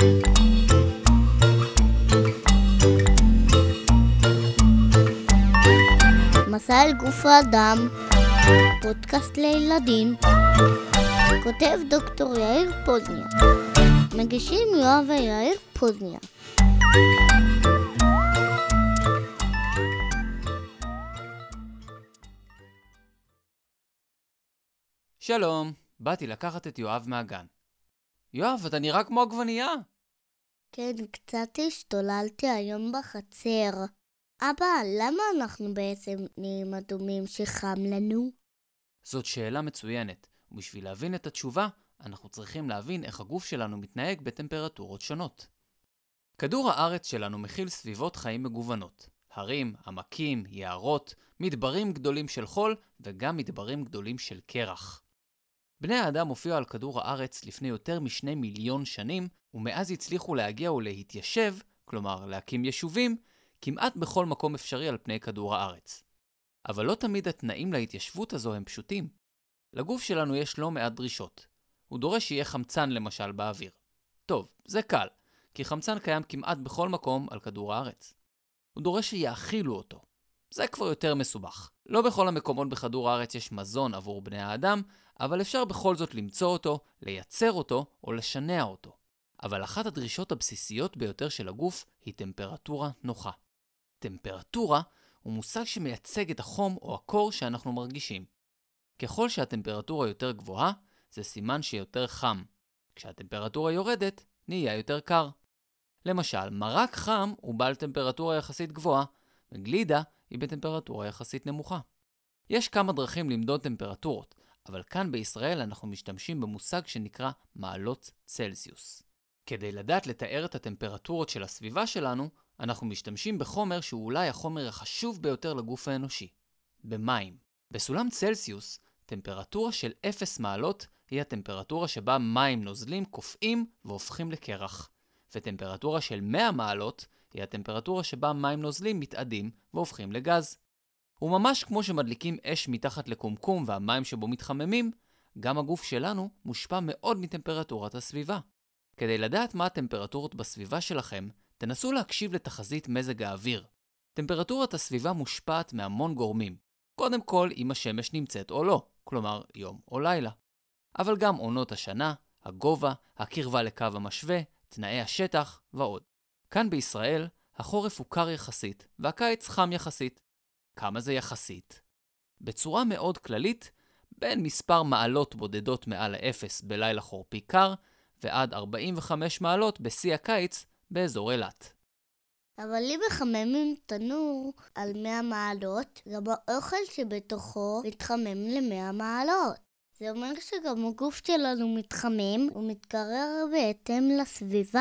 מסע על גוף האדם, פודקאסט לילדים, כותב דוקטור יאיר פוזניה, מגישים יואב ויאיר פוזניה. שלום, באתי לקחת את יואב מהגן. יואב, אתה נראה כמו עגבנייה. כן, קצת השתוללתי היום בחצר. אבא, למה אנחנו בעצם נהיים אדומים שחם לנו? זאת שאלה מצוינת, ובשביל להבין את התשובה, אנחנו צריכים להבין איך הגוף שלנו מתנהג בטמפרטורות שונות. כדור הארץ שלנו מכיל סביבות חיים מגוונות. הרים, עמקים, יערות, מדברים גדולים של חול וגם מדברים גדולים של קרח. בני האדם הופיעו על כדור הארץ לפני יותר מ2 מיליון שנים, ומאז הצליחו להגיע ולהתיישב, כלומר להקים יישובים, כמעט בכל מקום אפשרי על פני כדור הארץ. אבל לא תמיד התנאים להתיישבות הזו הם פשוטים. לגוף שלנו יש לא מעט דרישות. הוא דורש שיהיה חמצן למשל באוויר. טוב, זה קל, כי חמצן קיים כמעט בכל מקום על כדור הארץ. הוא דורש שיאכילו אותו. זה כבר יותר מסובך. לא בכל המקומות בכדור הארץ יש מזון עבור בני האדם, אבל אפשר בכל זאת למצוא אותו, לייצר אותו או לשנע אותו. אבל אחת הדרישות הבסיסיות ביותר של הגוף היא טמפרטורה נוחה. טמפרטורה הוא מושג שמייצג את החום או הקור שאנחנו מרגישים. ככל שהטמפרטורה יותר גבוהה, זה סימן שיותר חם. כשהטמפרטורה יורדת, נהיה יותר קר. למשל, מרק חם הוא בעל טמפרטורה יחסית גבוהה, וגלידה היא בטמפרטורה יחסית נמוכה. יש כמה דרכים למדוד טמפרטורות, אבל כאן בישראל אנחנו משתמשים במושג שנקרא מעלות צלזיוס. כדי לדעת לתאר את הטמפרטורות של הסביבה שלנו, אנחנו משתמשים בחומר שהוא אולי החומר החשוב ביותר לגוף האנושי, במים. בסולם צלזיוס, טמפרטורה של 0 מעלות היא הטמפרטורה שבה מים נוזלים קופאים והופכים לקרח, וטמפרטורה של 100 מעלות היא הטמפרטורה שבה מים נוזלים מתאדים והופכים לגז. וממש כמו שמדליקים אש מתחת לקומקום והמים שבו מתחממים, גם הגוף שלנו מושפע מאוד מטמפרטורת הסביבה. כדי לדעת מה הטמפרטורות בסביבה שלכם, תנסו להקשיב לתחזית מזג האוויר. טמפרטורת הסביבה מושפעת מהמון גורמים. קודם כל, אם השמש נמצאת או לא, כלומר יום או לילה. אבל גם עונות השנה, הגובה, הקרבה לקו המשווה, תנאי השטח ועוד. כאן בישראל, החורף הוא קר יחסית והקיץ חם יחסית. כמה זה יחסית? בצורה מאוד כללית, בין מספר מעלות בודדות מעל האפס בלילה חורפי קר, ועד 45 מעלות בשיא הקיץ באזור אילת. אבל לי מחמם עם תנור על 100 מעלות, גם האוכל שבתוכו מתחמם ל100 מעלות. זה אומר שגם הגוף שלנו מתחמם ומתקרר בהתאם לסביבה?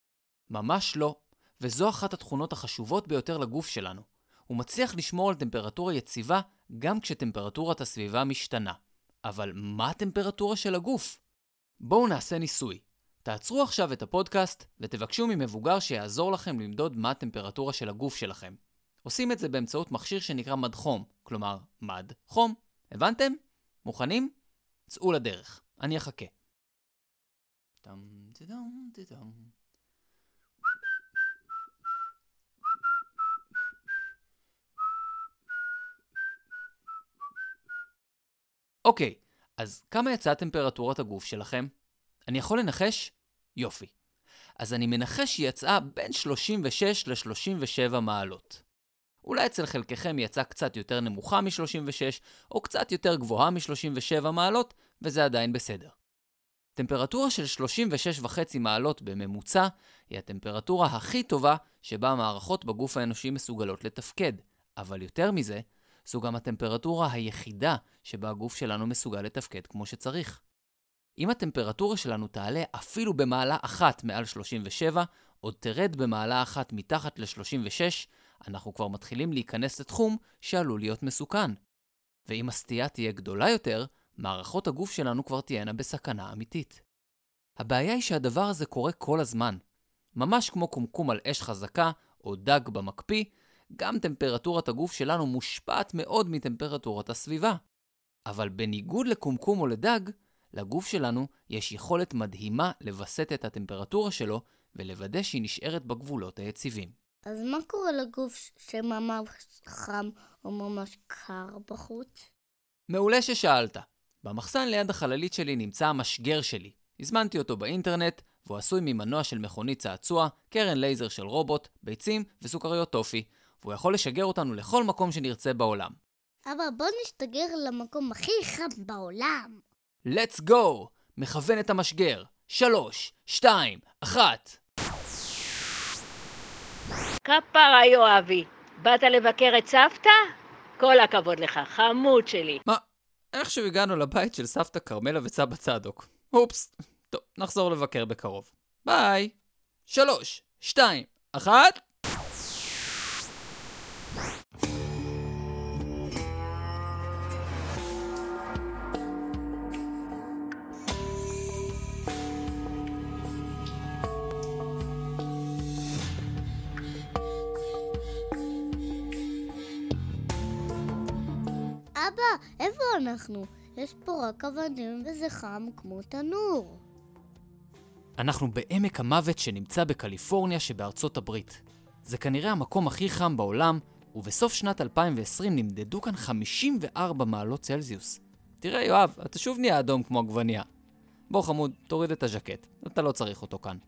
ממש לא, וזו אחת התכונות החשובות ביותר לגוף שלנו. הוא מצליח לשמור על טמפרטורה יציבה גם כשטמפרטורת הסביבה משתנה. אבל מה הטמפרטורה של הגוף? בואו נעשה ניסוי. תעצרו עכשיו את הפודקאסט ותבקשו ממבוגר שיעזור לכם למדוד מה הטמפרטורה של הגוף שלכם. עושים את זה באמצעות מכשיר שנקרא מד חום, כלומר מד חום. הבנתם? מוכנים? צאו לדרך. אני אחכה. אוקיי, אז כמה יצאה טמפרטורת הגוף שלכם? אני יכול לנחש? יופי. אז אני מנחש שהיא יצאה בין 36 ל-37 מעלות. אולי אצל חלקכם היא יצאה קצת יותר נמוכה מ-36, או קצת יותר גבוהה מ-37 מעלות, וזה עדיין בסדר. טמפרטורה של 36.5 מעלות בממוצע היא הטמפרטורה הכי טובה שבה המערכות בגוף האנושי מסוגלות לתפקד. אבל יותר מזה, זו גם הטמפרטורה היחידה שבה הגוף שלנו מסוגל לתפקד כמו שצריך. אם הטמפרטורה שלנו תעלה אפילו במעלה אחת מעל 37, עוד תרד במעלה אחת מתחת ל-36, אנחנו כבר מתחילים להיכנס לתחום שעלול להיות מסוכן. ואם הסטייה תהיה גדולה יותר, מערכות הגוף שלנו כבר תהיינה בסכנה אמיתית. הבעיה היא שהדבר הזה קורה כל הזמן. ממש כמו קומקום על אש חזקה או דג במקפיא, גם טמפרטורת הגוף שלנו מושפעת מאוד מטמפרטורת הסביבה. אבל בניגוד לקומקום או לדג, לגוף שלנו יש יכולת מדהימה לווסת את הטמפרטורה שלו ולוודא שהיא נשארת בגבולות היציבים. אז מה קורה לגוף שממש חם או ממש קר בחוץ? מעולה ששאלת. במחסן ליד החללית שלי נמצא המשגר שלי. הזמנתי אותו באינטרנט, והוא עשוי ממנוע של מכונית צעצוע, קרן לייזר של רובוט, ביצים וסוכריות טופי, והוא יכול לשגר אותנו לכל מקום שנרצה בעולם. אבל בוא נשתגר למקום הכי חם בעולם. Let's go! מכוון את המשגר. 3, 2, 1. כפרה יואבי, באת לבקר את סבתא? כל הכבוד לך, חמוד שלי. מה? איכשהו הגענו לבית של סבתא קרמלה וסבא צדוק. אופס. טוב, נחזור לבקר בקרוב. ביי. 3, 2, 1. אבא, איפה אנחנו? יש פה רק אבנים וזה חם כמו תנור. אנחנו בעמק המוות שנמצא בקליפורניה שבארצות הברית. זה כנראה המקום הכי חם בעולם, ובסוף שנת 2020 נמדדו כאן 54 מעלות צלזיוס. תראה יואב, אתה שוב נהיה אדום כמו עגבניה. בוא חמוד, תוריד את הז'קט, אתה לא צריך אותו כאן.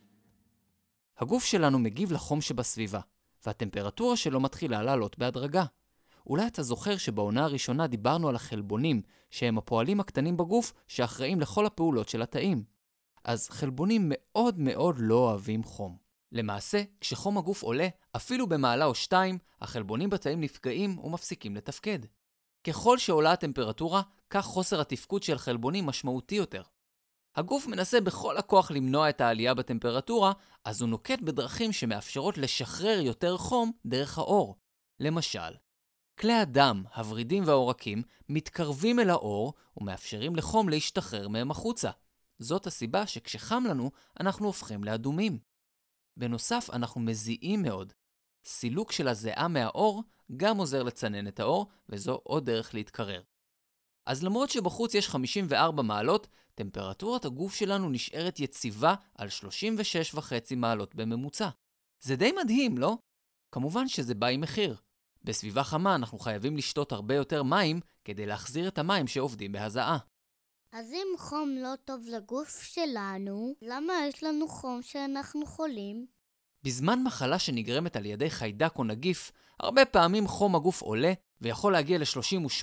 הגוף שלנו מגיב לחום שבסביבה, והטמפרטורה שלו מתחילה לעלות בהדרגה. אולי אתה זוכר שבעונה הראשונה דיברנו על החלבונים, שהם הפועלים הקטנים בגוף שאחראים לכל הפעולות של התאים. אז חלבונים מאוד מאוד לא אוהבים חום. למעשה, כשחום הגוף עולה, אפילו במעלה או 2, החלבונים בתאים נפגעים ומפסיקים לתפקד. ככל שעולה הטמפרטורה, כך חוסר התפקוד של חלבונים משמעותי יותר. הגוף מנסה בכל הכוח למנוע את העלייה בטמפרטורה, אז הוא נוקט בדרכים שמאפשרות לשחרר יותר חום דרך האור. למשל, כלי הדם, הוורידים והעורקים מתקרבים אל האור ומאפשרים לחום להשתחרר מהם החוצה. זאת הסיבה שכשחם לנו, אנחנו הופכים לאדומים. בנוסף, אנחנו מזיעים מאוד. סילוק של הזיעה מהאור גם עוזר לצנן את האור, וזו עוד דרך להתקרר. אז למרות שבחוץ יש 54 מעלות, טמפרטורת הגוף שלנו נשארת יציבה על 36.5 מעלות בממוצע. זה די מדהים, לא? כמובן שזה בא עם מחיר. בסביבה חמה אנחנו חייבים לשתות הרבה יותר מים כדי להחזיר את המים שעובדים בהזעה. אז אם חום לא טוב לגוף שלנו, למה יש לנו חום שאנחנו חולים? בזמן מחלה שנגרמת על ידי חיידק או נגיף, הרבה פעמים חום הגוף עולה ויכול להגיע ל-38,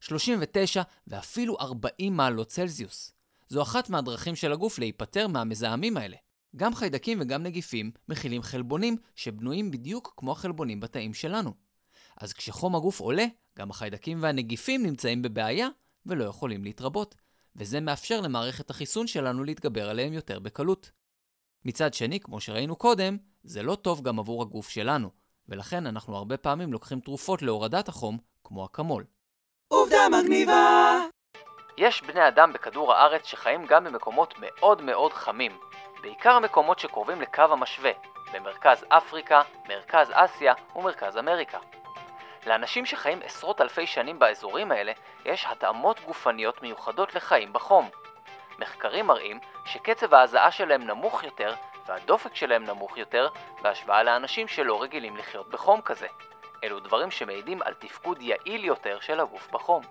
39 ואפילו 40 מעלות צלזיוס. זו אחת מהדרכים של הגוף להיפטר מהמזהמים האלה. גם חיידקים וגם נגיפים מכילים חלבונים שבנויים בדיוק כמו החלבונים בתאים שלנו. אז כשחום הגוף עולה, גם החיידקים והנגיפים נמצאים בבעיה ולא יכולים להתרבות, וזה מאפשר למערכת החיסון שלנו להתגבר עליהם יותר בקלות. מצד שני, כמו שראינו קודם, זה לא טוב גם עבור הגוף שלנו, ולכן אנחנו הרבה פעמים לוקחים תרופות להורדת החום, כמו אקמול. עובדה מגניבה! יש בני אדם בכדור הארץ שחיים גם במקומות מאוד מאוד חמים, בעיקר המקומות שקרובים לקו המשווה, במרכז אפריקה, מרכז אסיה ומרכז אמריקה. לאנשים שחיים עשרות אלפי שנים באזורים האלה, יש התאמות גופניות מיוחדות לחיים בחום. מחקרים מראים שקצב ההזעה שלהם נמוך יותר, והדופק שלהם נמוך יותר, בהשוואה לאנשים שלא רגילים לחיות בחום כזה. אלו דברים שמעידים על תפקוד יעיל יותר של הגוף בחום.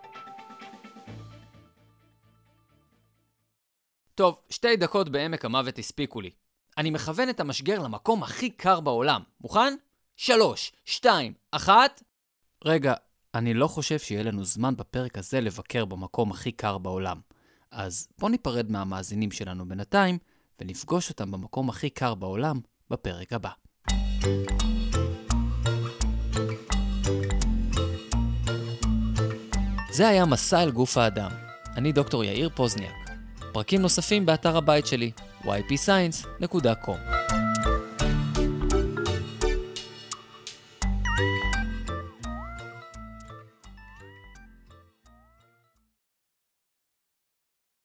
טוב, 2 דקות בעמק המוות הספיקו לי. אני מכוון את המשגר למקום הכי קר בעולם. מוכן? 3, 2, 1... רגע, אני לא חושב שיהיה לנו זמן בפרק הזה לבקר במקום הכי קר בעולם. אז בוא ניפרד מהמאזינים שלנו בינתיים, ונפגוש אותם במקום הכי קר בעולם בפרק הבא. זה היה מסע אל גוף האדם. אני דוקטור יאיר פוזניאק. פרקים נוספים באתר הבית שלי, ypscience.com.